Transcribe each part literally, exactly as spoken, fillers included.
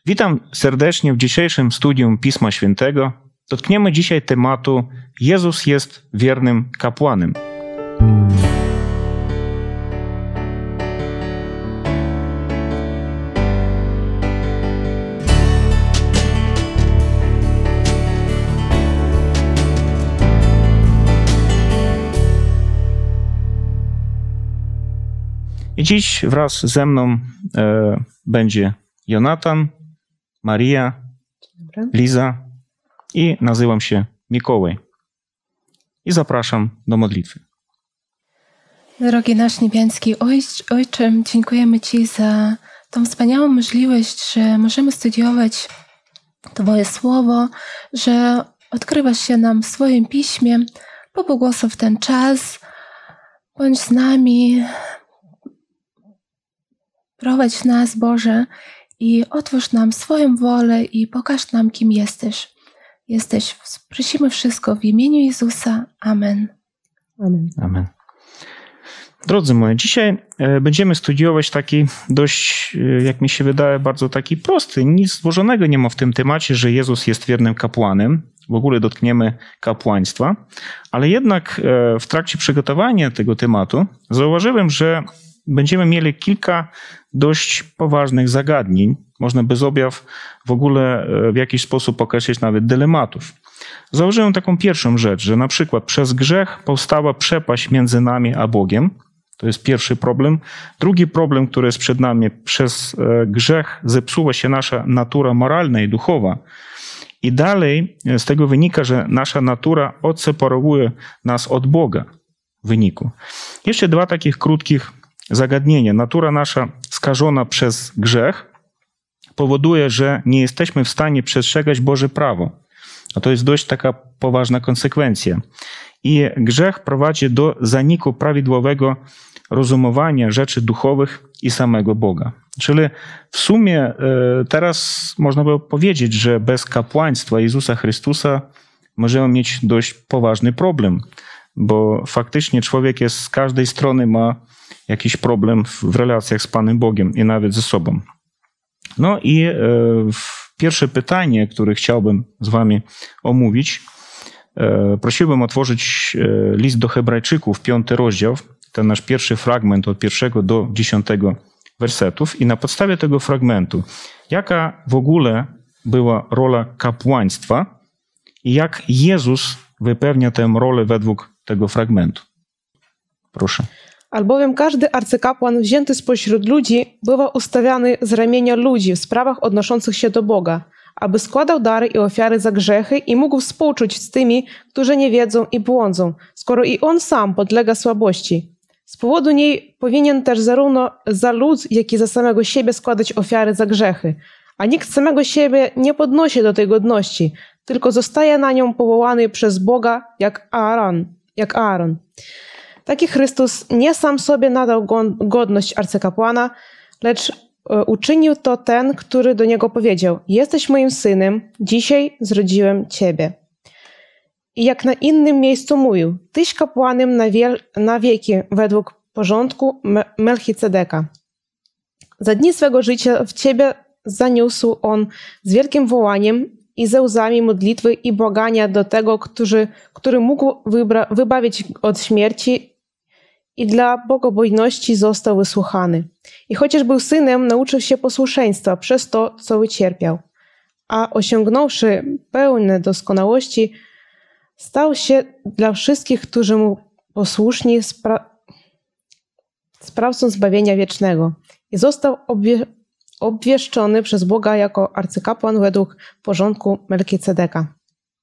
Witam serdecznie w dzisiejszym studium Pisma Świętego. Dotkniemy dzisiaj tematu Jezus jest wiernym kapłanem. I dziś wraz ze mną e, będzie Jonatan, Maria, Liza i nazywam się Mikołaj. I zapraszam do modlitwy. Drogi nasz niebiański Ojcze, dziękujemy Ci za tą wspaniałą możliwość, że możemy studiować Twoje Słowo, że odkrywasz się nam w swoim Piśmie. Pobłogosław ten czas, bądź z nami, prowadź nas, Boże, i otwórz nam swoją wolę i pokaż nam, kim jesteś. Jesteś. Prosimy wszystko w imieniu Jezusa. Amen. Amen. Amen. Drodzy moi, dzisiaj będziemy studiować taki dość, jak mi się wydaje, bardzo taki prosty. Nic złożonego nie ma w tym temacie, że Jezus jest wiernym kapłanem. W ogóle dotkniemy kapłaństwa. Ale jednak w trakcie przygotowania tego tematu zauważyłem, że będziemy mieli kilka dość poważnych zagadnień. Można bez objaw w ogóle w jakiś sposób określić nawet dylematów. Założyłem taką pierwszą rzecz, że na przykład przez grzech powstała przepaść między nami a Bogiem. To jest pierwszy problem. Drugi problem, który jest przed nami, przez grzech zepsuła się nasza natura moralna i duchowa. I dalej z tego wynika, że nasza natura odseparowuje nas od Boga w wyniku. Jeszcze dwa takich krótkich zagadnienia. Natura nasza skażona przez grzech powoduje, że nie jesteśmy w stanie przestrzegać Boże prawo. A to jest dość taka poważna konsekwencja. I grzech prowadzi do zaniku prawidłowego rozumowania rzeczy duchowych i samego Boga. Czyli w sumie teraz można by powiedzieć, że bez kapłaństwa Jezusa Chrystusa możemy mieć dość poważny problem, bo faktycznie człowiek jest z każdej strony ma jakiś problem w relacjach z Panem Bogiem i nawet ze sobą. No i pierwsze pytanie, które chciałbym z wami omówić, prosiłbym otworzyć list do Hebrajczyków, piąty rozdział, ten nasz pierwszy fragment od pierwszego do dziesiątego wersetów i na podstawie tego fragmentu, jaka w ogóle była rola kapłaństwa i jak Jezus wypełnia tę rolę według tego fragmentu. Proszę. Albowiem każdy arcykapłan wzięty spośród ludzi bywa ustawiany z ramienia ludzi w sprawach odnoszących się do Boga, aby składał dary i ofiary za grzechy i mógł współczuć z tymi, którzy nie wiedzą i błądzą, skoro i on sam podlega słabości. Z powodu niej powinien też zarówno za lud, jak i za samego siebie składać ofiary za grzechy, a nikt samego siebie nie podnosi do tej godności, tylko zostaje na nią powołany przez Boga jak Aaron. Jak Aaron. Taki Chrystus nie sam sobie nadał godność arcykapłana, lecz uczynił to ten, który do niego powiedział: jesteś moim synem, dzisiaj zrodziłem ciebie. I jak na innym miejscu mówił: tyś kapłanem na, wiel- na wieki według porządku Me- Melchicedeka. Za dni swego życia w ciebie zaniósł on z wielkim wołaniem i ze łzami modlitwy i błagania do tego, który, który mógł wybra- wybawić od śmierci, i dla bogobojności został wysłuchany. I chociaż był synem, nauczył się posłuszeństwa przez to, co wycierpiał. A osiągnąwszy pełne doskonałości, stał się dla wszystkich, którzy mu posłuszni, spra- sprawcą zbawienia wiecznego. I został obwie- obwieszczony przez Boga jako arcykapłan według porządku Melchicedeka.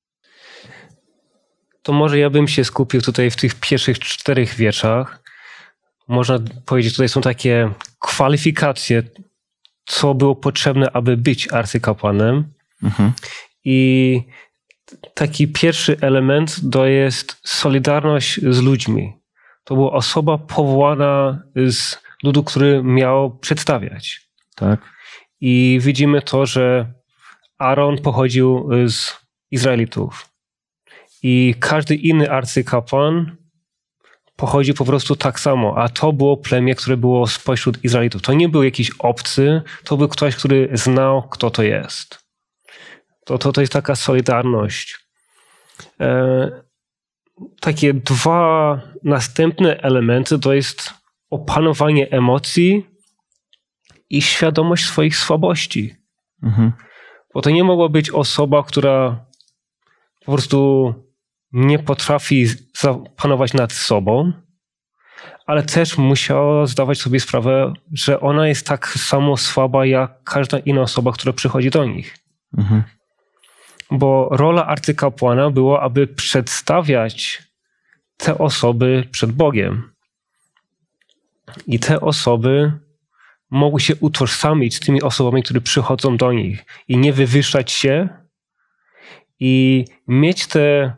To może ja bym się skupił tutaj w tych pierwszych czterech wierszach. Można powiedzieć, tutaj są takie kwalifikacje, co było potrzebne, aby być arcykapłanem. Mhm. I taki pierwszy element to jest solidarność z ludźmi. To była osoba powołana z ludu, który miał przedstawiać. Tak. I widzimy to, że Aaron pochodził z Izraelitów. I każdy inny arcykapłan pochodzi po prostu tak samo, a to było plemię, które było spośród Izraelitów. To nie był jakiś obcy, to był ktoś, który znał, kto to jest. To, to, to jest taka solidarność. E, takie dwa następne elementy to jest opanowanie emocji i świadomość swoich słabości. Mhm. Bo to nie mogła być osoba, która po prostu nie potrafi zapanować nad sobą, ale też musiała zdawać sobie sprawę, że ona jest tak samo słaba jak każda inna osoba, która przychodzi do nich. Mhm. Bo rola arcykapłana była, aby przedstawiać te osoby przed Bogiem. I te osoby mogły się utożsamić z tymi osobami, które przychodzą do nich i nie wywyższać się i mieć te,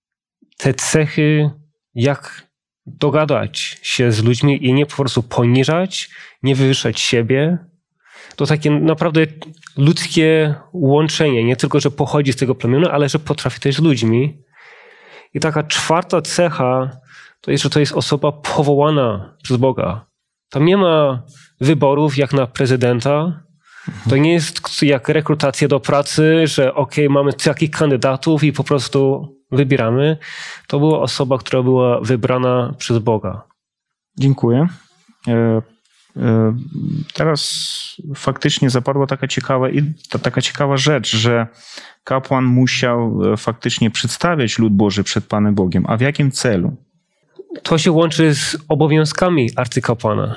te cechy, jak dogadać się z ludźmi i nie po prostu poniżać, nie wywyższać siebie. To takie naprawdę ludzkie łączenie, nie tylko, że pochodzi z tego plemienia, ale że potrafi też z ludźmi. I taka czwarta cecha to jest, że to jest osoba powołana przez Boga. Tam nie ma wyborów jak na prezydenta. To nie jest jak rekrutacja do pracy, że okej, okay, mamy takich kandydatów i po prostu wybieramy. To była osoba, która była wybrana przez Boga. Dziękuję. E, e, teraz faktycznie zapadła taka ciekawa, taka ciekawa rzecz, że kapłan musiał faktycznie przedstawiać lud Boży przed Panem Bogiem. A w jakim celu? To się łączy z obowiązkami arcykapłana.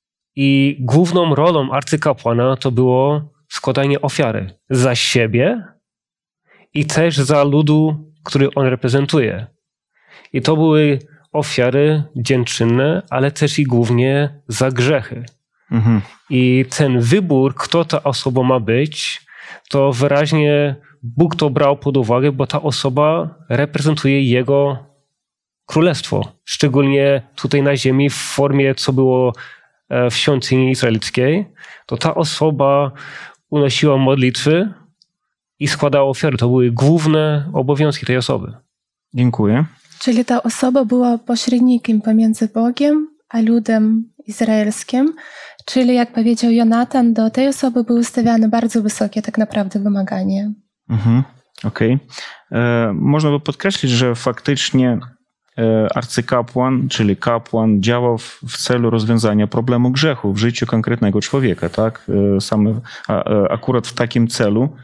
I główną rolą arcykapłana to było składanie ofiary za siebie i też za ludu, który on reprezentuje. I to były ofiary dziękczynne, ale też i głównie za grzechy. Mhm. I ten wybór, kto ta osoba ma być, to wyraźnie Bóg to brał pod uwagę, bo ta osoba reprezentuje Jego królestwo. Szczególnie tutaj na ziemi w formie, co było w świątyni izraelskiej, to ta osoba unosiła modlitwy i składała ofiary. To były główne obowiązki tej osoby. Dziękuję. Czyli ta osoba była pośrednikiem pomiędzy Bogiem a ludem izraelskim. Czyli jak powiedział Jonatan, do tej osoby były stawiane bardzo wysokie tak naprawdę wymagania. Mhm. Okej. Okay. Można by podkreślić, że faktycznie arcykapłan, czyli kapłan, działał w celu rozwiązania problemu grzechu w życiu konkretnego człowieka, tak? Same, akurat w takim celu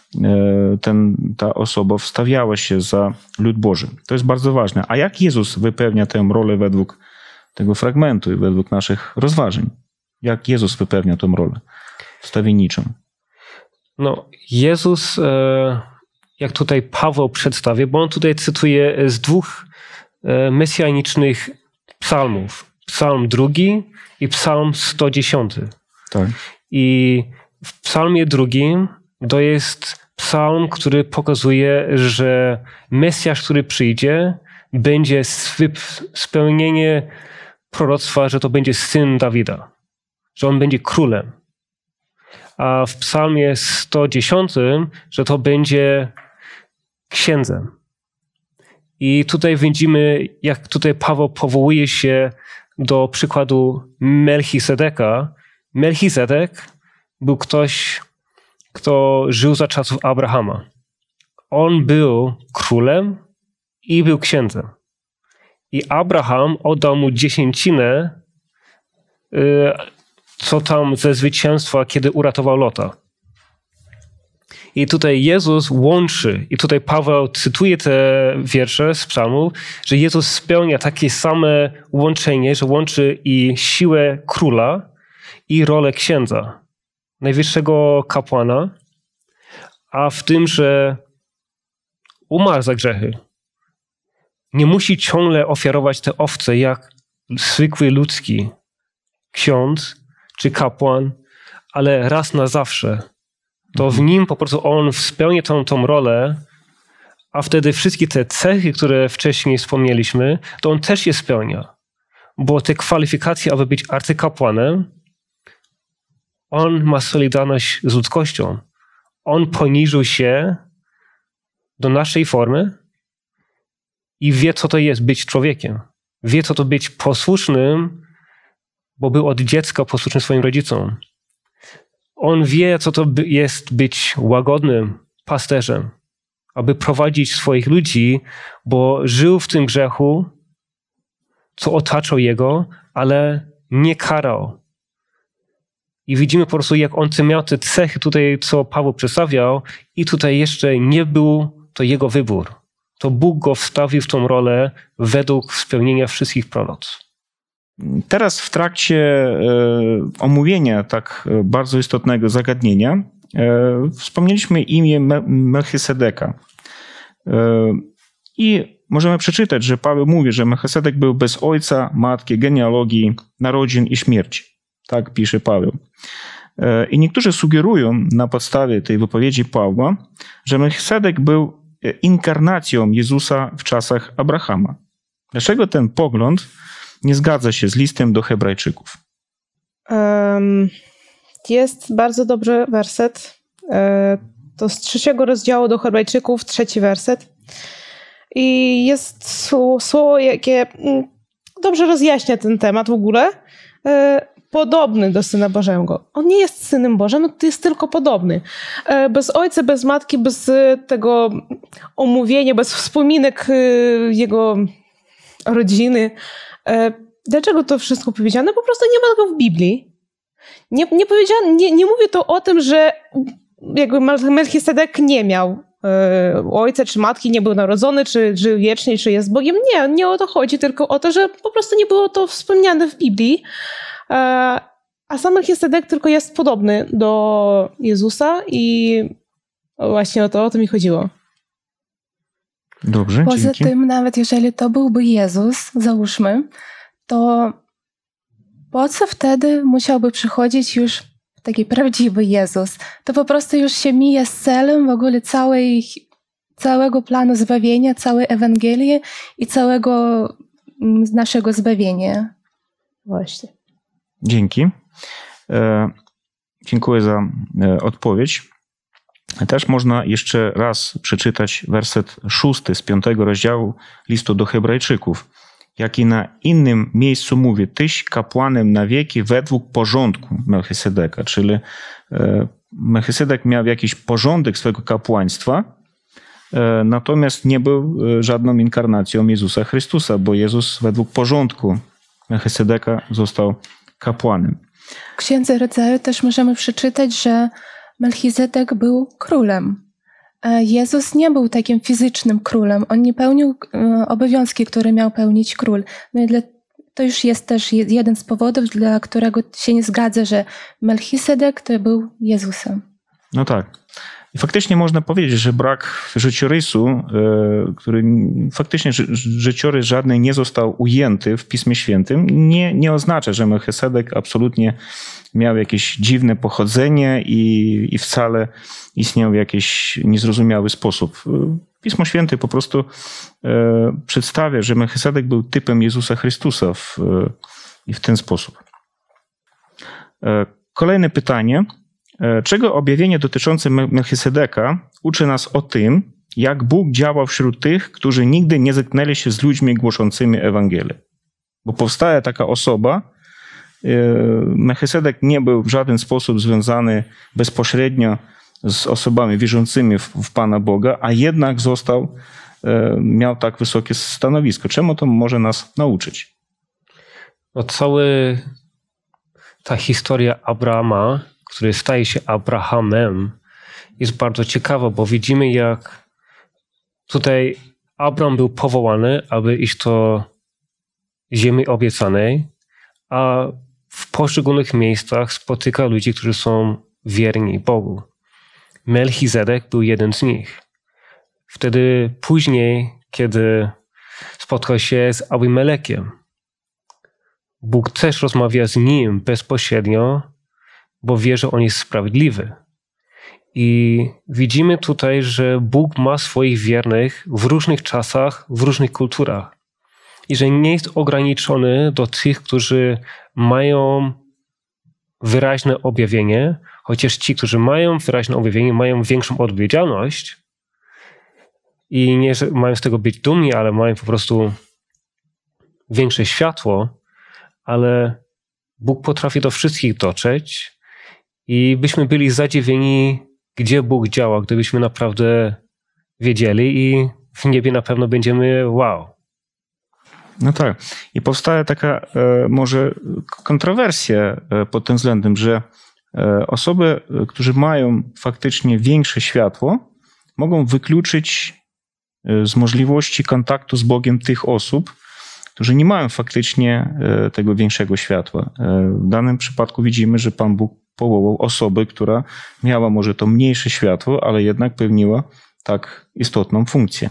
ten, ta osoba wstawiała się za lud Boży. To jest bardzo ważne. A jak Jezus wypełnia tę rolę według tego fragmentu i według naszych rozważań? Jak Jezus wypełnia tę rolę wstawienniczą? No, Jezus, jak tutaj Paweł przedstawia, bo on tutaj cytuje z dwóch mesjanicznych psalmów. Psalm drugi i psalm sto dziesiąty. Tak. I w psalmie drugim to jest psalm, który pokazuje, że Mesjasz, który przyjdzie, będzie spełnienie proroctwa, że to będzie syn Dawida. Że on będzie królem. A w psalmie sto dziesiątym, że to będzie księdzem. I tutaj widzimy, jak tutaj Paweł powołuje się do przykładu Melchisedeka. Melchizedek był ktoś, kto żył za czasów Abrahama. On był królem i był księdzem. I Abraham oddał mu dziesięcinę, co tam ze zwycięstwa, kiedy uratował Lota. I tutaj Jezus łączy, i tutaj Paweł cytuje te wiersze z psalmów, że Jezus spełnia takie same łączenie, że łączy i siłę króla i rolę księdza, najwyższego kapłana, a w tym, że umarł za grzechy. Nie musi ciągle ofiarować te owce jak zwykły ludzki ksiądz czy kapłan, ale raz na zawsze. To w nim po prostu on spełnia tą, tą rolę, a wtedy wszystkie te cechy, które wcześniej wspomnieliśmy, to on też je spełnia. Bo te kwalifikacje, aby być arcykapłanem, on ma solidarność z ludzkością. On poniżył się do naszej formy i wie, co to jest być człowiekiem. Wie, co to być posłusznym, bo był od dziecka posłuszny swoim rodzicom. On wie, co to jest być łagodnym pasterzem, aby prowadzić swoich ludzi, bo żył w tym grzechu, co otaczał jego, ale nie karał. I widzimy po prostu, jak on miał te cechy tutaj, co Paweł przedstawiał, i tutaj jeszcze nie był to jego wybór. To Bóg go wstawił w tą rolę według spełnienia wszystkich proroctw. Teraz w trakcie e, omówienia tak bardzo istotnego zagadnienia e, wspomnieliśmy imię Me- Melchisedeka. E, I możemy przeczytać, że Paweł mówi, że Melchisedek był bez ojca, matki, genealogii, narodzin i śmierci. Tak pisze Paweł. E, I niektórzy sugerują na podstawie tej wypowiedzi Pawła, że Melchisedek był inkarnacją Jezusa w czasach Abrahama. Dlaczego ten pogląd nie zgadza się z listem do Hebrajczyków? Um, jest bardzo dobry werset. E, to z trzeciego rozdziału do Hebrajczyków, trzeci werset. I jest słowo, jakie dobrze rozjaśnia ten temat w ogóle. E, podobny do Syna Bożego. On nie jest Synem Bożym, to jest tylko podobny. E, bez ojca, bez matki, bez tego omówienia, bez wspominek e, jego rodziny. Dlaczego to wszystko powiedziane? Po prostu nie ma tego w Biblii. Nie, nie, powiedziano, nie, nie mówię to o tym, że jakby Melchisedek nie miał e, ojca czy matki, nie był narodzony, czy żył wiecznie, czy jest Bogiem. Nie, nie o to chodzi, tylko o to, że po prostu nie było to wspomniane w Biblii. E, a sam Melchisedek tylko jest podobny do Jezusa i właśnie o to, o to mi chodziło. Dobrze, Poza dzięki. tym, nawet jeżeli to byłby Jezus, załóżmy, to po co wtedy musiałby przychodzić już taki prawdziwy Jezus? To po prostu już się mija z celem w ogóle całej, całego planu zbawienia, całej Ewangelii i całego naszego zbawienia. Właśnie. Dzięki. E, dziękuję za e, odpowiedź. Też można jeszcze raz przeczytać werset szósty z piątego rozdziału listu do Hebrajczyków, jaki na innym miejscu mówi: Tyś kapłanem na wieki według porządku Melchisedeka, czyli Melchisedek miał jakiś porządek swego kapłaństwa, natomiast nie był żadną inkarnacją Jezusa Chrystusa, bo Jezus według porządku Melchisedeka został kapłanem. W Księdze Rodzaju też możemy przeczytać, że Melchizedek był królem. Jezus nie był takim fizycznym królem. On nie pełnił obowiązki, które miał pełnić król. No i dla, to już jest też jeden z powodów, dla którego się nie zgadza, że Melchizedek to był Jezusem. No tak. I faktycznie można powiedzieć, że brak życiorysu, który faktycznie życiorys żadny nie został ujęty w Pismie Świętym, nie, nie oznacza, że Melchisedek absolutnie miał jakieś dziwne pochodzenie i, i wcale istniał w jakiś niezrozumiały sposób. Pismo Święte po prostu e, przedstawia, że Melchisedek był typem Jezusa Chrystusa w, e, i w ten sposób. E, kolejne pytanie. E, czego objawienie dotyczące Melchisedeka uczy nas o tym, jak Bóg działał wśród tych, którzy nigdy nie zetknęli się z ludźmi głoszącymi Ewangelię? Bo powstaje taka osoba. Melchisedek nie był w żaden sposób związany bezpośrednio z osobami wierzącymi w, w Pana Boga, a jednak został, miał tak wysokie stanowisko. Czemu to może nas nauczyć? No cały ta historia Abrama, który staje się Abrahamem, jest bardzo ciekawa, bo widzimy, jak tutaj Abram był powołany, aby iść do ziemi obiecanej, a w poszczególnych miejscach spotyka ludzi, którzy są wierni Bogu. Melchizedek był jeden z nich. Wtedy później, kiedy spotkał się z Abimelekiem, Bóg też rozmawia z nim bezpośrednio, bo wie, że on jest sprawiedliwy. I widzimy tutaj, że Bóg ma swoich wiernych w różnych czasach, w różnych kulturach. I że nie jest ograniczony do tych, którzy mają wyraźne objawienie, chociaż ci, którzy mają wyraźne objawienie, mają większą odpowiedzialność i nie mają z tego być dumni, ale mają po prostu większe światło, ale Bóg potrafi do wszystkich dotrzeć i byśmy byli zadziwieni, gdzie Bóg działa, gdybyśmy naprawdę wiedzieli i w niebie na pewno będziemy wow. No tak. I powstaje taka e, może kontrowersja e, pod tym względem, że e, osoby, którzy mają faktycznie większe światło, mogą wykluczyć e, z możliwości kontaktu z Bogiem tych osób, którzy nie mają faktycznie e, tego większego światła. E, w danym przypadku widzimy, że Pan Bóg powołał osobę, która miała może to mniejsze światło, ale jednak pełniła tak istotną funkcję.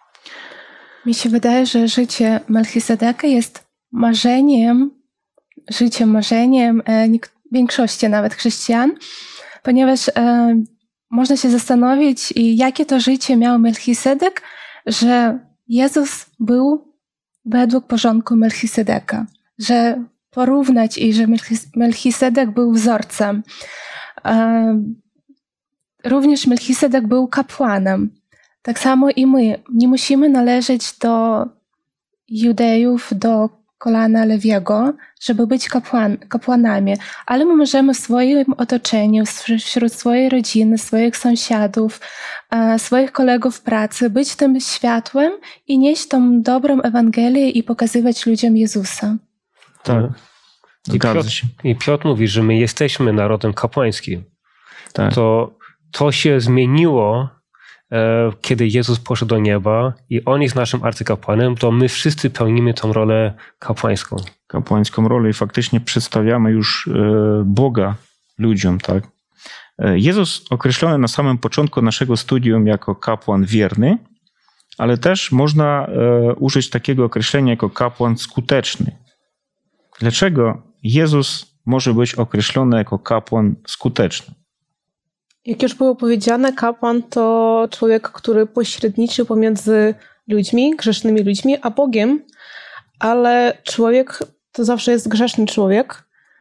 Mi się wydaje, że życie Melchisedeka jest marzeniem, życiem, marzeniem e, większości nawet chrześcijan, ponieważ e, można się zastanowić, jakie to życie miał Melchisedek, że Jezus był według porządku Melchisedeka, że porównać i że Melchisedek był wzorcem. E, również Melchisedek był kapłanem. Tak samo i my nie musimy należeć do Judejów, do kolana Lewiego, żeby być kapłan, kapłanami, ale my możemy w swoim otoczeniu, wśród swojej rodziny, swoich sąsiadów, swoich kolegów pracy być tym światłem i nieść tą dobrą Ewangelię i pokazywać ludziom Jezusa. Tak. I Piotr, I Piotr mówi, że my jesteśmy narodem kapłańskim. Tak. To, to się zmieniło, kiedy Jezus poszedł do nieba i On jest naszym arcykapłanem, to my wszyscy pełnimy tą rolę kapłańską. Kapłańską rolę i faktycznie przedstawiamy już Boga ludziom, tak? Jezus określony na samym początku naszego studium jako kapłan wierny, ale też można użyć takiego określenia jako kapłan skuteczny. Dlaczego Jezus może być określony jako kapłan skuteczny? Jak już było powiedziane, kapłan to człowiek, który pośredniczy pomiędzy ludźmi, grzesznymi ludźmi, a Bogiem, ale człowiek to zawsze jest grzeszny człowiek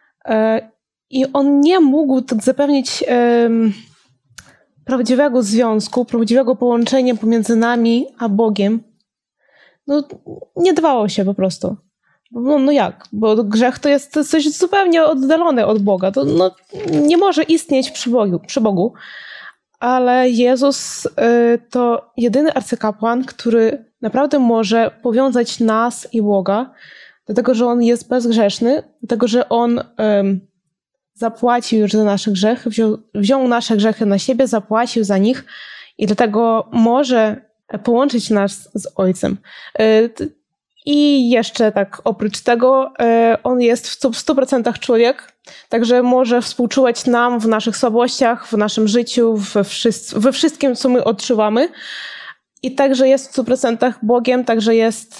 i on nie mógł zapewnić prawdziwego związku, prawdziwego połączenia pomiędzy nami a Bogiem. No, nie dawało się po prostu. No, no jak? Bo grzech to jest coś zupełnie oddalone od Boga. To no, nie może istnieć przy Bogu, przy Bogu. Ale Jezus y, to jedyny arcykapłan, który naprawdę może powiązać nas i Boga, dlatego że On jest bezgrzeszny, dlatego że On y, zapłacił już za nasze grzechy, wziął, wziął nasze grzechy na siebie, zapłacił za nich i dlatego może połączyć nas z Ojcem. Y, I jeszcze tak oprócz tego on jest w stu procentach człowiek, także może współczuwać nam w naszych słabościach, w naszym życiu, we, wszyscy, we wszystkim, co my odczuwamy. I także jest w stu procentach Bogiem, także jest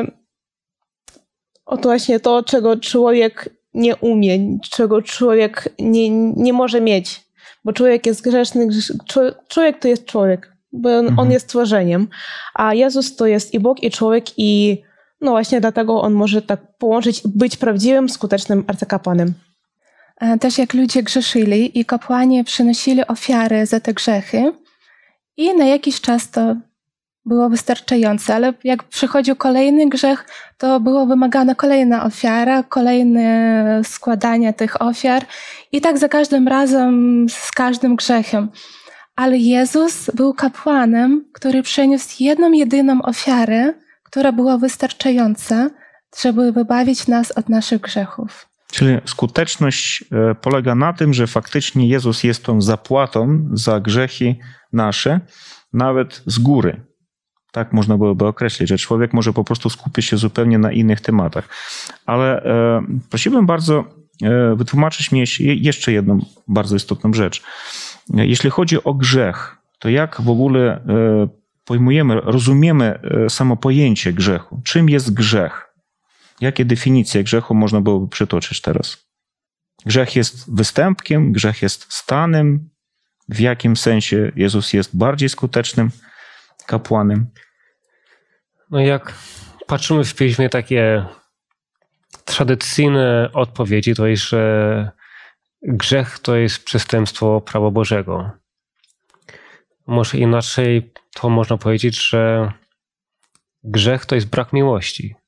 oto właśnie to, czego człowiek nie umie, czego człowiek nie, nie może mieć. Bo człowiek jest grzeszny, człowiek to jest człowiek, bo on, mhm. on jest stworzeniem. A Jezus to jest i Bóg, i człowiek, i no właśnie dlatego on może tak połączyć, być prawdziwym, skutecznym arcykapłanem. Też jak ludzie grzeszyli i kapłani przynosili ofiary za te grzechy i na jakiś czas to było wystarczające, ale jak przychodził kolejny grzech, to było wymagana kolejna ofiara, kolejne składanie tych ofiar i tak za każdym razem z każdym grzechem. Ale Jezus był kapłanem, który przyniósł jedną, jedyną ofiarę, która była wystarczająca, żeby wybawić nas od naszych grzechów. Czyli skuteczność polega na tym, że faktycznie Jezus jest tą zapłatą za grzechy nasze, nawet z góry. Tak można byłoby określić, że człowiek może po prostu skupić się zupełnie na innych tematach. Ale e, prosiłbym bardzo e, wytłumaczyć mi jeszcze jedną bardzo istotną rzecz. Jeśli chodzi o grzech, to jak w ogóle e, pojmujemy, rozumiemy samo pojęcie grzechu? Czym jest grzech? Jakie definicje grzechu można byłoby przytoczyć teraz? Grzech jest występkiem, grzech jest stanem. W jakim sensie Jezus jest bardziej skutecznym kapłanem? No jak patrzymy w piśmie, takie tradycyjne odpowiedzi to jest, że grzech to jest przestępstwo prawa Bożego. Może inaczej to można powiedzieć, że grzech to jest brak miłości.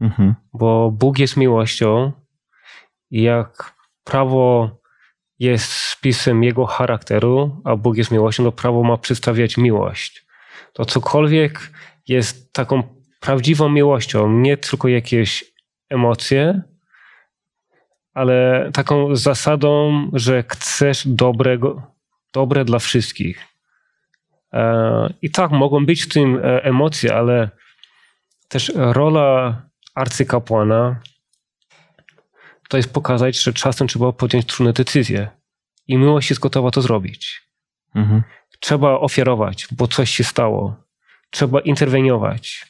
Mhm. Bo Bóg jest miłością i jak prawo jest spisem Jego charakteru, a Bóg jest miłością, to prawo ma przedstawiać miłość. To cokolwiek jest taką prawdziwą miłością, nie tylko jakieś emocje, ale taką zasadą, że chcesz dobrego, dobre dla wszystkich. I tak, mogą być w tym emocje, ale też rola arcykapłana to jest pokazać, że czasem trzeba podjąć trudne decyzje i miłość jest gotowa to zrobić. Mhm. Trzeba ofiarować, bo coś się stało. Trzeba interweniować.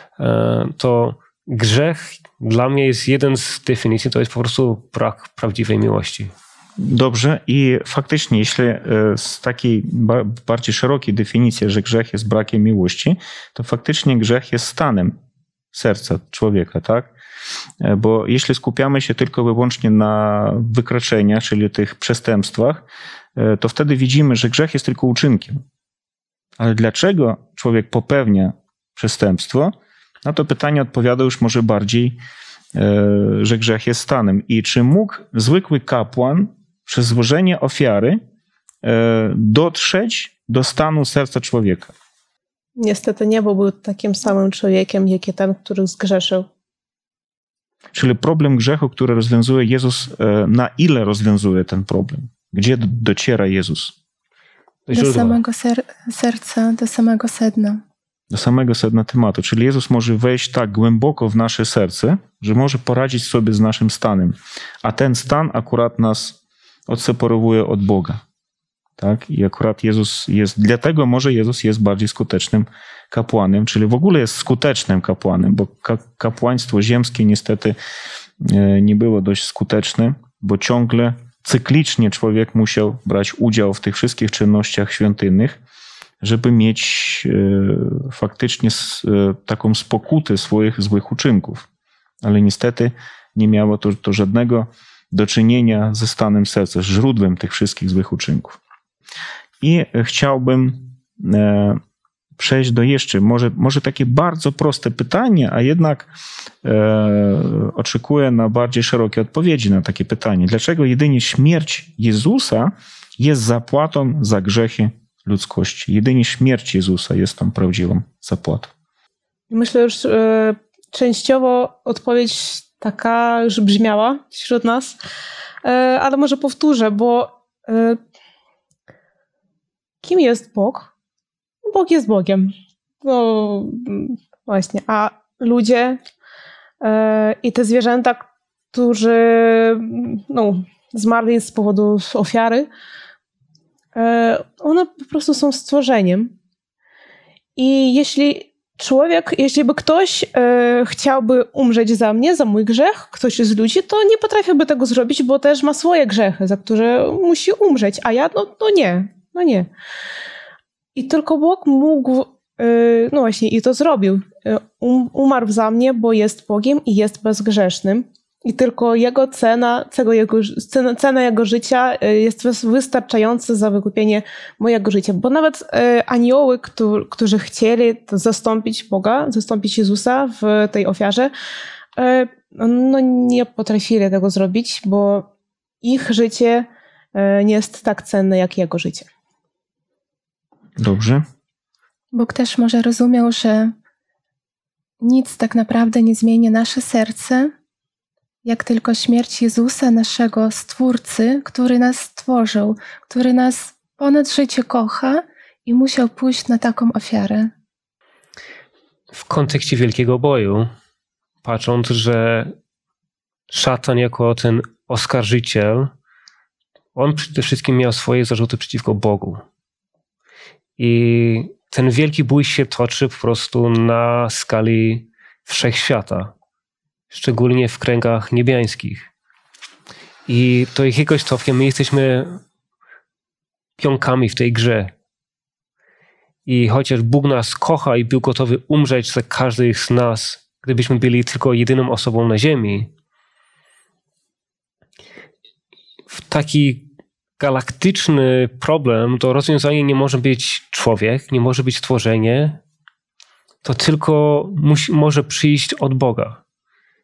To grzech dla mnie jest jeden z definicji, to jest po prostu brak prawdziwej miłości. Dobrze i faktycznie, jeśli z takiej bardziej szerokiej definicji, że grzech jest brakiem miłości, to faktycznie grzech jest stanem serca człowieka, tak? Bo jeśli skupiamy się tylko wyłącznie na wykroczeniach, czyli tych przestępstwach, to wtedy widzimy, że grzech jest tylko uczynkiem. Ale dlaczego człowiek popełnia przestępstwo? Na to pytanie odpowiada już może bardziej, że grzech jest stanem. I czy mógł zwykły kapłan przez złożenie ofiary dotrzeć do stanu serca człowieka? Niestety nie, bo był takim samym człowiekiem, jak i ten, który zgrzeszył. Czyli problem grzechu, który rozwiązuje Jezus, na ile rozwiązuje ten problem? Gdzie dociera Jezus? Do, do samego ser serca, do samego sedna. Do samego sedna tematu. Czyli Jezus może wejść tak głęboko w nasze serce, że może poradzić sobie z naszym stanem. A ten stan akurat nas odseparowuje od Boga. Tak? I akurat Jezus jest, dlatego może Jezus jest bardziej skutecznym kapłanem, czyli w ogóle jest skutecznym kapłanem, bo kapłaństwo ziemskie niestety nie było dość skuteczne, bo ciągle cyklicznie człowiek musiał brać udział w tych wszystkich czynnościach świątynnych, żeby mieć faktycznie taką spokutę swoich złych uczynków. Ale niestety nie miało to, to żadnego do czynienia ze stanem serca, źródłem tych wszystkich złych uczynków. I chciałbym przejść do jeszcze, może, może takie bardzo proste pytanie, a jednak e, oczekuję na bardziej szerokie odpowiedzi na takie pytanie. Dlaczego jedynie śmierć Jezusa jest zapłatą za grzechy ludzkości? Jedynie śmierć Jezusa jest tą prawdziwą zapłatą. Myślę, że e, częściowo odpowiedź taka już brzmiała wśród nas, e, ale może powtórzę, bo e, kim jest Bóg? Bóg jest Bogiem. No właśnie. A ludzie e, i te zwierzęta, którzy no, zmarli z powodu ofiary, e, one po prostu są stworzeniem. I jeśli człowiek, jeśli by ktoś e, chciałby umrzeć za mnie, za mój grzech, ktoś z ludzi, to nie potrafiłby tego zrobić, bo też ma swoje grzechy, za które musi umrzeć. A ja, no, no nie, no nie. I tylko Bóg mógł, no właśnie, i to zrobił. Um, umarł za mnie, bo jest Bogiem i jest bezgrzesznym. I tylko Jego cena, cena Jego, cena, cena Jego życia jest wystarczająca za wykupienie mojego życia. Bo nawet anioły, którzy, którzy chcieli zastąpić Boga, zastąpić Jezusa w tej ofiarze, no nie potrafili tego zrobić, bo ich życie nie jest tak cenne jak Jego życie. Dobrze. Bóg też może rozumiał, że nic tak naprawdę nie zmienia nasze serce, jak tylko śmierć Jezusa, naszego Stwórcy, który nas stworzył, który nas ponad życie kocha i musiał pójść na taką ofiarę. W kontekście wielkiego boju, patrząc, że szatan jako ten oskarżyciel, on przede wszystkim miał swoje zarzuty przeciwko Bogu. I ten wielki bój się toczy po prostu na skali wszechświata, szczególnie w kręgach niebiańskich. I do jakiegoś stopnia my jesteśmy pionkami w tej grze. I chociaż Bóg nas kocha i był gotowy umrzeć za każdych z nas, gdybyśmy byli tylko jedyną osobą na ziemi, w taki galaktyczny problem, to rozwiązanie nie może być człowiek, nie może być stworzenie, to tylko musi, może przyjść od Boga.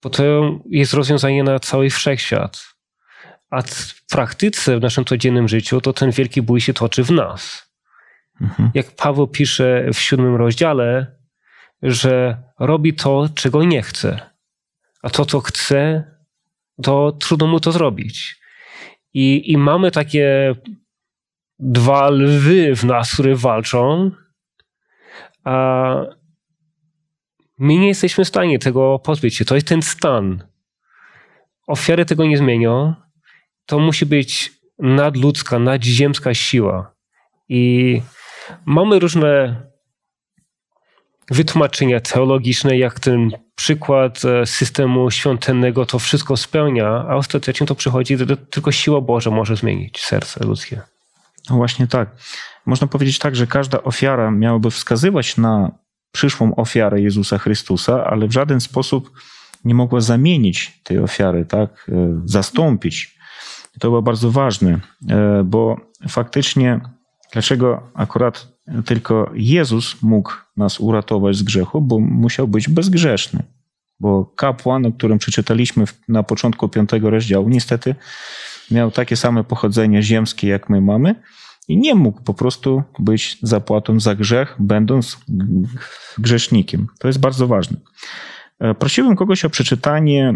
bo to jest rozwiązanie na cały wszechświat. A w praktyce, w naszym codziennym życiu, to ten wielki bój się toczy w nas. Mhm. Jak Paweł pisze w siódmym rozdziale, że robi to, czego nie chce. A to, co chce, to trudno mu to zrobić. I, i mamy takie dwa lwy w nas, które walczą, a my nie jesteśmy w stanie tego pozbyć się. To jest ten stan. Ofiary tego nie zmienią. To musi być nadludzka, nadziemska siła. I mamy różne wytłumaczenia teologiczne, jak ten przykład systemu świątynnego to wszystko spełnia, a ostatecznie to przychodzi, że tylko siła Boża może zmienić serce ludzkie. No właśnie tak. Można powiedzieć tak, że każda ofiara miałaby wskazywać na przyszłą ofiarę Jezusa Chrystusa, ale w żaden sposób nie mogła zamienić tej ofiary, tak? Zastąpić. To było bardzo ważne, bo faktycznie dlaczego akurat tylko Jezus mógł nas uratować z grzechu, bo musiał być bezgrzeszny. Bo kapłan, o którym przeczytaliśmy na początku piątego rozdziału, niestety miał takie same pochodzenie ziemskie, jak my mamy i nie mógł po prostu być zapłatą za grzech, będąc grzesznikiem. To jest bardzo ważne. Prosiłbym kogoś o przeczytanie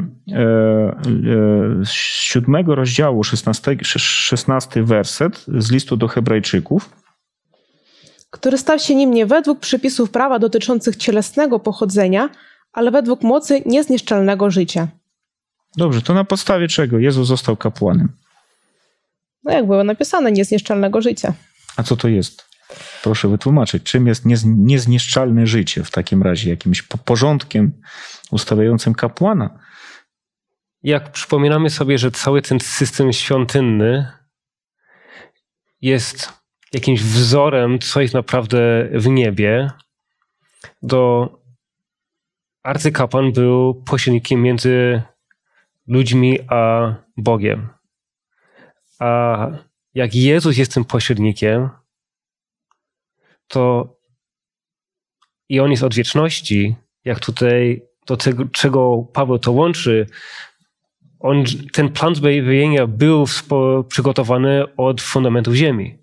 z siódmego rozdziału, szesnasty werset z listu do Hebrajczyków. Który stał się nim nie według przepisów prawa dotyczących cielesnego pochodzenia, ale według mocy niezniszczalnego życia. Dobrze, to na podstawie czego Jezus został kapłanem? No jak było napisane, niezniszczalnego życia. A co to jest? Proszę wytłumaczyć, czym jest niezniszczalne życie w takim razie? Jakimś porządkiem ustawiającym kapłana? Jak przypominamy sobie, że cały ten system świątynny jest jakimś wzorem, co jest naprawdę w niebie, to arcykapłan był pośrednikiem między ludźmi a Bogiem. A jak Jezus jest tym pośrednikiem, to i On jest od wieczności, jak tutaj do tego, czego Paweł to łączy, on, ten plan zbawienia był przygotowany od fundamentów ziemi.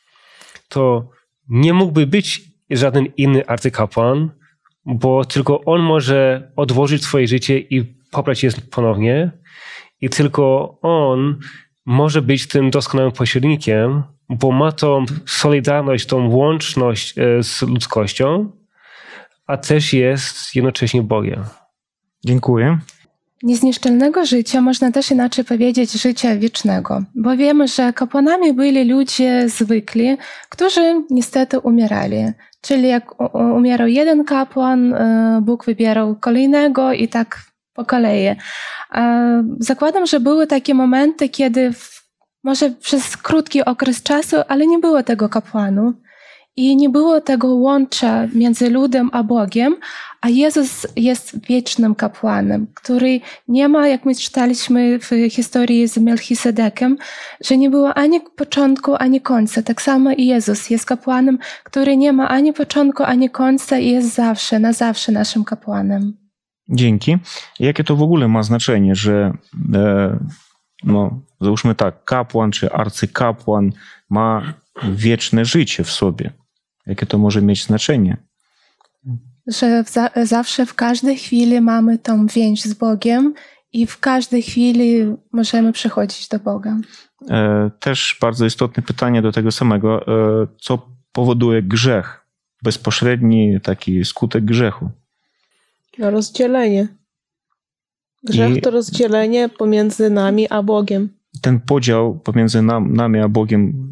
To nie mógłby być żaden inny arcykapłan, bo tylko on może odłożyć swoje życie i pobrać je ponownie i tylko on może być tym doskonałym pośrednikiem, bo ma tą solidarność, tą łączność z ludzkością, a też jest jednocześnie Bogiem. Dziękuję. Niezniszczalnego życia można też inaczej powiedzieć życia wiecznego, bo wiemy, że kapłanami byli ludzie zwykli, którzy niestety umierali. Czyli jak umierał jeden kapłan, Bóg wybierał kolejnego i tak po kolei. Zakładam, że były takie momenty, kiedy w, może przez krótki okres czasu, ale nie było tego kapłanu i nie było tego łącza między ludem a Bogiem, a Jezus jest wiecznym kapłanem, który nie ma, jak my czytaliśmy w historii z Melchisedekiem, że nie było ani początku, ani końca. Tak samo i Jezus jest kapłanem, który nie ma ani początku, ani końca i jest zawsze, na zawsze naszym kapłanem. Dzięki. Jakie to w ogóle ma znaczenie, że e, no, załóżmy tak, kapłan czy arcykapłan ma wieczne życie w sobie? Jakie to może mieć znaczenie? Że w za, zawsze, w każdej chwili mamy tą więź z Bogiem i w każdej chwili możemy przychodzić do Boga. E, też bardzo istotne pytanie do tego samego. E, co powoduje grzech? Bezpośredni taki skutek grzechu. No, rozdzielenie. Grzech I to rozdzielenie pomiędzy nami a Bogiem. Ten podział pomiędzy nam, nami a Bogiem,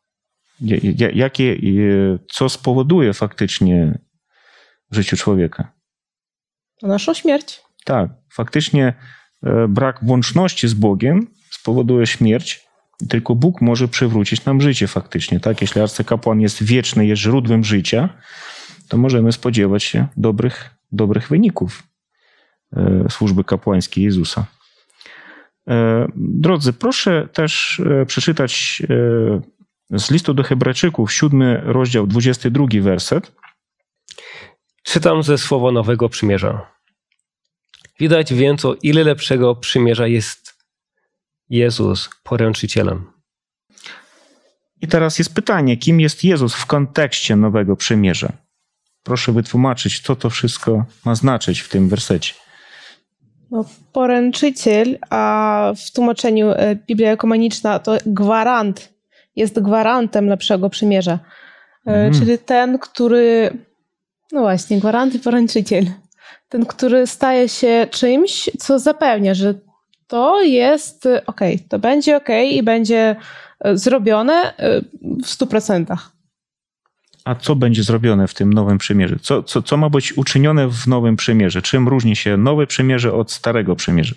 jakie, co spowoduje faktycznie w życiu człowieka? Naszą śmierć. Tak, faktycznie brak łączności z Bogiem spowoduje śmierć. Tylko Bóg może przywrócić nam życie faktycznie. Tak? Jeśli arcykapłan jest wieczny, jest źródłem życia, to możemy spodziewać się dobrych, dobrych wyników służby kapłańskiej Jezusa. Drodzy, proszę też przeczytać z listu do Hebrajczyków, siódmy rozdział, dwudziesty drugi werset. Czytam ze Słowa Nowego Przymierza. Widać więc, o ile lepszego przymierza jest Jezus poręczycielem. I teraz jest pytanie, kim jest Jezus w kontekście Nowego Przymierza? Proszę wytłumaczyć, co to wszystko ma znaczyć w tym wersecie. No, poręczyciel, a w tłumaczeniu e, Biblia Ekumeniczna to gwarant, jest gwarantem lepszego przymierza. E, Mm. Czyli ten, który, no właśnie, gwarant i poręczyciel. Ten, który staje się czymś, co zapewnia, że to jest e, okej, to będzie okej i będzie e, zrobione e, w stu procentach. A co będzie zrobione w tym Nowym Przymierzu? Co, co, co ma być uczynione w Nowym Przymierzu? Czym różni się Nowe Przymierze od Starego Przymierza?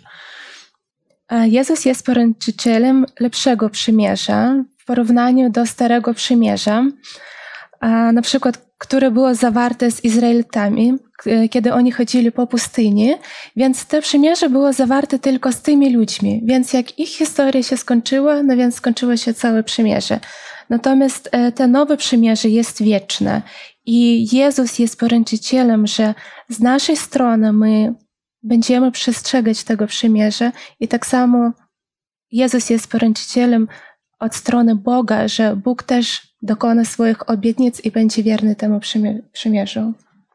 E, Jezus jest poręczycielem lepszego przymierza w porównaniu do Starego Przymierza, a na przykład, które było zawarte z Izraelitami, k- kiedy oni chodzili po pustyni, więc to przymierze było zawarte tylko z tymi ludźmi, więc jak ich historia się skończyła, no więc skończyło się całe przymierze. Natomiast e, to nowe przymierze jest wieczne i Jezus jest poręczycielem, że z naszej strony my będziemy przestrzegać tego przymierza i tak samo Jezus jest poręczycielem od strony Boga, że Bóg też dokona swoich obietnic i będzie wierny temu przymie- przymierzu.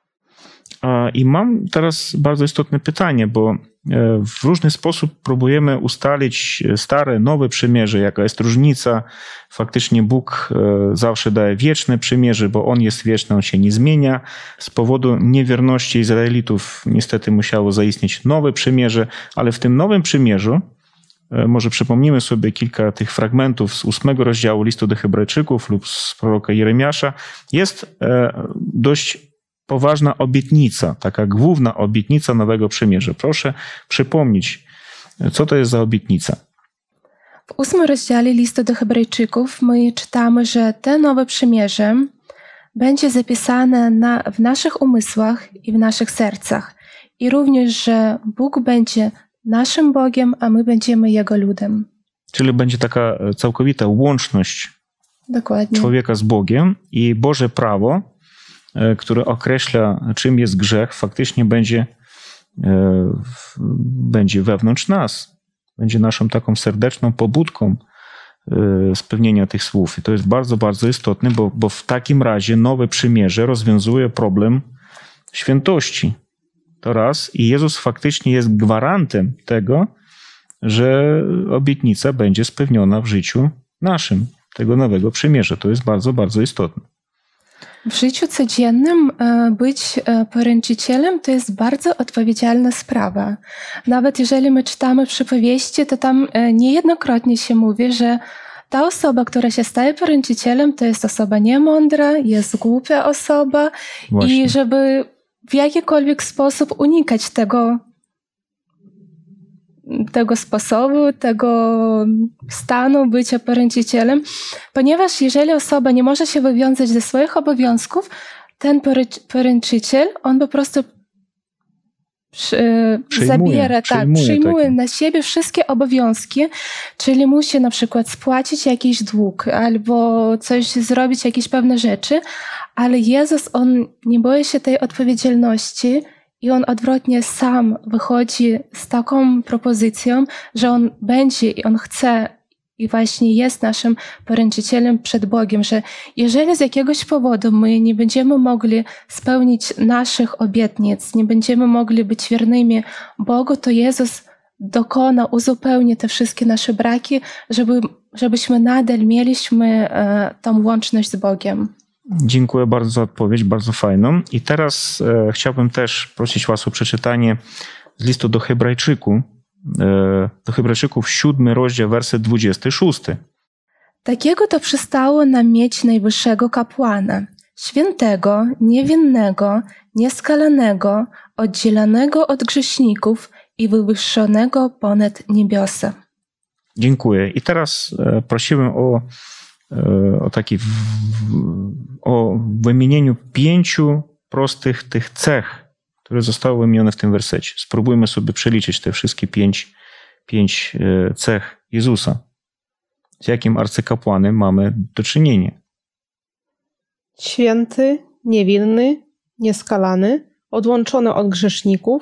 A, I mam teraz bardzo istotne pytanie, bo e, w różny sposób próbujemy ustalić stare, nowe przymierze, jaka jest różnica. Faktycznie Bóg e, zawsze daje wieczne przymierze, bo On jest wieczny, On się nie zmienia. Z powodu niewierności Izraelitów niestety musiało zaistnieć nowe przymierze, ale w tym nowym przymierzu, e, może przypomnimy sobie kilka tych fragmentów z ósmego rozdziału listu do Hebrajczyków lub z proroka Jeremiasza, jest e, dość poważna obietnica, taka główna obietnica Nowego Przymierza. Proszę przypomnieć, co to jest za obietnica. W ósmym rozdziale listu do Hebrajczyków my czytamy, że to nowe przymierze będzie zapisane na, w naszych umysłach i w naszych sercach. I również, że Bóg będzie naszym Bogiem, a my będziemy Jego ludem. Czyli będzie taka całkowita łączność Dokładnie. człowieka z Bogiem i Boże prawo, e, które określa, czym jest grzech, faktycznie będzie, e, w- będzie wewnątrz nas. Będzie naszą taką serdeczną pobudką e, spełnienia tych słów. I to jest bardzo, bardzo istotne, bo, bo w takim razie nowe przymierze rozwiązuje problem świętości. To raz. I Jezus faktycznie jest gwarantem tego, że obietnica będzie spełniona w życiu naszym, tego nowego przymierza. To jest bardzo, bardzo istotne. W życiu codziennym e, być e, poręczycielem to jest bardzo odpowiedzialna sprawa. Nawet jeżeli my czytamy przypowieści, to tam e, niejednokrotnie się mówi, że ta osoba, która się staje poręczycielem, to jest osoba niemądra, jest głupia osoba Właśnie. i żeby w jakikolwiek sposób unikać tego, tego sposobu, tego stanu bycia poręczycielem, ponieważ jeżeli osoba nie może się wywiązać ze swoich obowiązków, ten pory- poręczyciel, on po prostu przy, Przyjmuje, zabiera, tak, przyjmuje przyjmuje takie. na siebie wszystkie obowiązki, czyli musi na przykład spłacić jakiś dług albo coś zrobić, jakieś pewne rzeczy, ale Jezus, on nie boi się tej odpowiedzialności i on odwrotnie sam wychodzi z taką propozycją, że on będzie i on chce i właśnie jest naszym poręczycielem przed Bogiem, że jeżeli z jakiegoś powodu my nie będziemy mogli spełnić naszych obietnic, nie będziemy mogli być wiernymi Bogu, to Jezus dokona, uzupełni te wszystkie nasze braki, żeby, żebyśmy nadal mieliśmy e, tą łączność z Bogiem. Dziękuję bardzo za odpowiedź, bardzo fajną. I teraz e, chciałbym też prosić Was o przeczytanie z listu do Hebrajczyku, e, do Hebrajczyków siódmy rozdział, werset dwudziesty szósty. Takiego to przystało nam mieć najwyższego kapłana, świętego, niewinnego, nieskalanego, oddzielonego od grzeszników i wywyższonego ponad niebiosa. Dziękuję. I teraz e, prosiłem o, e, o taki w, w, o wymienieniu pięciu prostych tych cech, które zostały wymienione w tym wersecie. Spróbujmy sobie przeliczyć te wszystkie pięć, pięć e, cech Jezusa. Z jakim arcykapłanem mamy do czynienia? Święty, niewinny, nieskalany, odłączony od grzeszników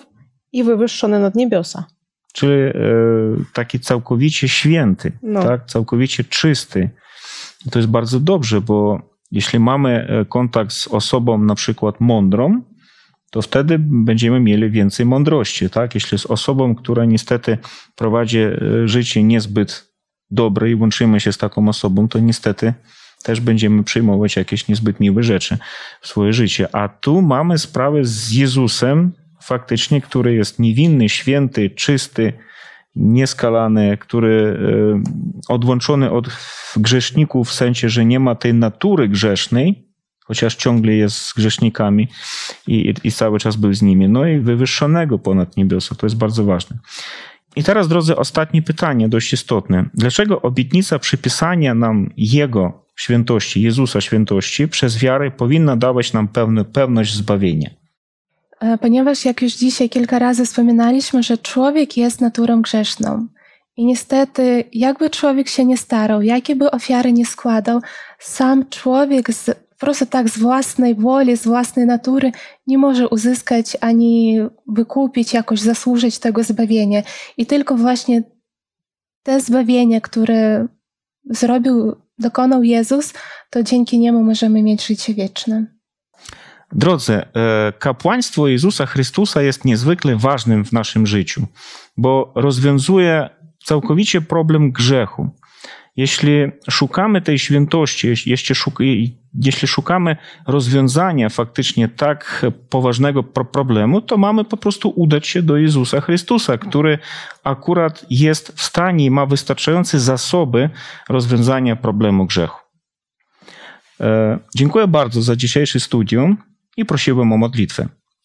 i wywyższony nad niebiosa. Czyli e, taki całkowicie święty, No. tak? Całkowicie czysty. To jest bardzo dobrze, bo jeśli mamy kontakt z osobą na przykład mądrą, to wtedy będziemy mieli więcej mądrości. Tak? Jeśli z osobą, która niestety prowadzi życie niezbyt dobre i łączymy się z taką osobą, to niestety też będziemy przyjmować jakieś niezbyt miłe rzeczy w swoje życie. A tu mamy sprawę z Jezusem, faktycznie, który jest niewinny, święty, czysty, nieskalany, który odłączony od grzeszników w sensie, że nie ma tej natury grzesznej, chociaż ciągle jest z grzesznikami i, i cały czas był z nimi. No i wywyższonego ponad niebiosa. To jest bardzo ważne. I teraz, drodzy, ostatnie pytanie, dość istotne. Dlaczego obietnica przypisania nam Jego świętości, Jezusa świętości przez wiarę powinna dawać nam pewną pewność zbawienia? Ponieważ jak już dzisiaj kilka razy wspominaliśmy, że człowiek jest naturą grzeszną. I niestety, jakby człowiek się nie starał, jakie by ofiary nie składał, sam człowiek z, po prostu tak z własnej woli, z własnej natury nie może uzyskać ani wykupić, jakoś zasłużyć tego zbawienia. I tylko właśnie te zbawienie, które zrobił, dokonał Jezus, to dzięki niemu możemy mieć życie wieczne. Drodzy, kapłaństwo Jezusa Chrystusa jest niezwykle ważnym w naszym życiu, bo rozwiązuje całkowicie problem grzechu. Jeśli szukamy tej świętości, jeśli, szuk jeśli szukamy rozwiązania faktycznie tak poważnego problemu, to mamy po prostu udać się do Jezusa Chrystusa, który akurat jest w stanie i ma wystarczające zasoby rozwiązania problemu grzechu. Dziękuję bardzo za dzisiejsze studium i prosiłbym o modlitwę.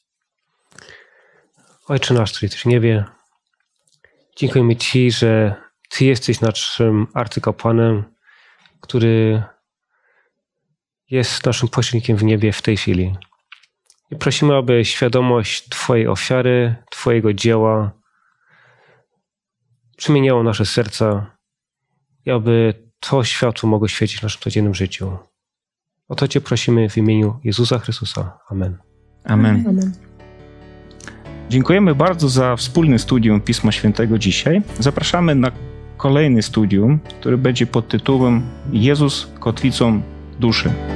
Ojcze nasz, który jesteś w niebie, dziękujemy Ci, że Ty jesteś naszym arcykapłanem, który jest naszym pośrednikiem w niebie w tej chwili. I prosimy, aby świadomość Twojej ofiary, Twojego dzieła przemieniało nasze serca i aby to światło mogło świecić w naszym codziennym życiu. O to Cię prosimy w imieniu Jezusa Chrystusa. Amen. Amen. Amen. Dziękujemy bardzo za wspólne studium Pisma Świętego dzisiaj. Zapraszamy na kolejny studium, który będzie pod tytułem Jezus kotwicą duszy.